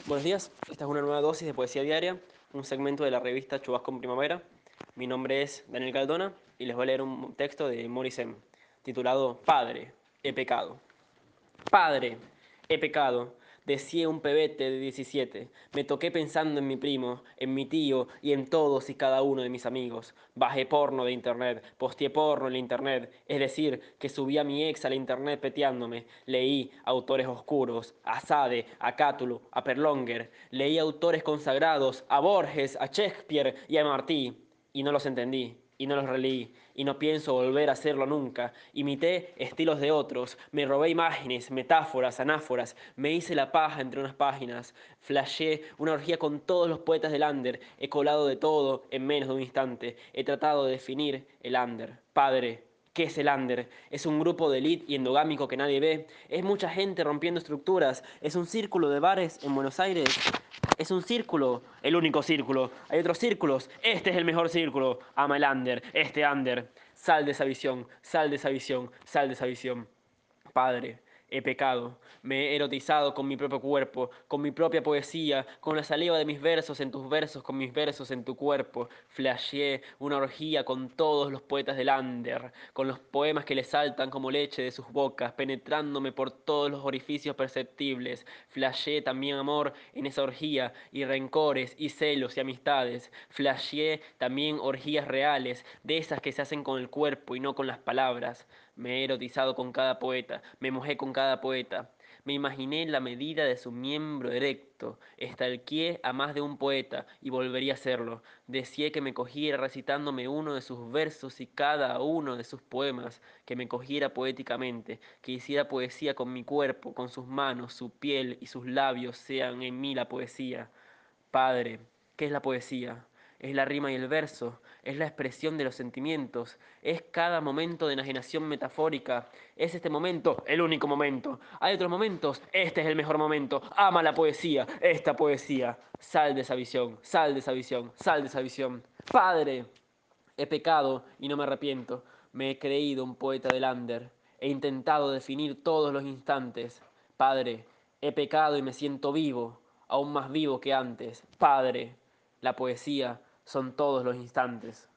Buenos días, esta es una nueva dosis de poesía diaria, un segmento de la revista Chubasco en Primavera. Mi nombre es Daniel Caldona y les voy a leer un texto de Morris M. titulado Padre, he pecado. Padre, he pecado. Deseé un pebete de 17. Me toqué pensando en mi primo, en mi tío y en todos y cada uno de mis amigos. Bajé porno de internet, posteé porno en la internet, es decir, que subí a mi ex a la internet peteándome. Leí autores oscuros, a Sade, a Cátulo, a Perlonger. Leí autores consagrados, a Borges, a Shakespeare y a Martí. Y no los entendí, y no los releí, y no pienso volver a hacerlo nunca. Imité estilos de otros, me robé imágenes, metáforas, anáforas, me hice la paja entre unas páginas, flashé una orgía con todos los poetas del under, he colado de todo en menos de un instante, he tratado de definir el under. Padre, ¿qué es el under? Es un grupo de elite y endogámico que nadie ve. Es mucha gente rompiendo estructuras. Es un círculo de bares en Buenos Aires. Es un círculo, el único círculo. Hay otros círculos. Este es el mejor círculo. Ama el under, este under. Sal de esa visión, sal de esa visión, sal de esa visión. Padre, he pecado, me he erotizado con mi propio cuerpo, con mi propia poesía, con la saliva de mis versos en tus versos, con mis versos en tu cuerpo. Flasheé una orgía con todos los poetas del under, con los poemas que le saltan como leche de sus bocas, penetrándome por todos los orificios perceptibles. Flasheé también amor en esa orgía, y rencores, y celos, y amistades. Flasheé también orgías reales, de esas que se hacen con el cuerpo y no con las palabras. Me he erotizado con cada poeta, me mojé con cada poeta. Me imaginé la medida de su miembro erecto, estalqué a más de un poeta y volvería a hacerlo. Deseé que me cogiera recitándome uno de sus versos y cada uno de sus poemas, que me cogiera poéticamente, que hiciera poesía con mi cuerpo, con sus manos, su piel y sus labios sean en mí la poesía. Padre, ¿qué es la poesía? Es la rima y el verso, es la expresión de los sentimientos, es cada momento de enajenación metafórica, es este momento, el único momento. Hay otros momentos, este es el mejor momento. Ama la poesía, esta poesía. Sal de esa visión, sal de esa visión, sal de esa visión. Padre, he pecado y no me arrepiento. Me he creído un poeta del under. He intentado definir todos los instantes. Padre, he pecado y me siento vivo, aún más vivo que antes. Padre, la poesía son todos los instantes.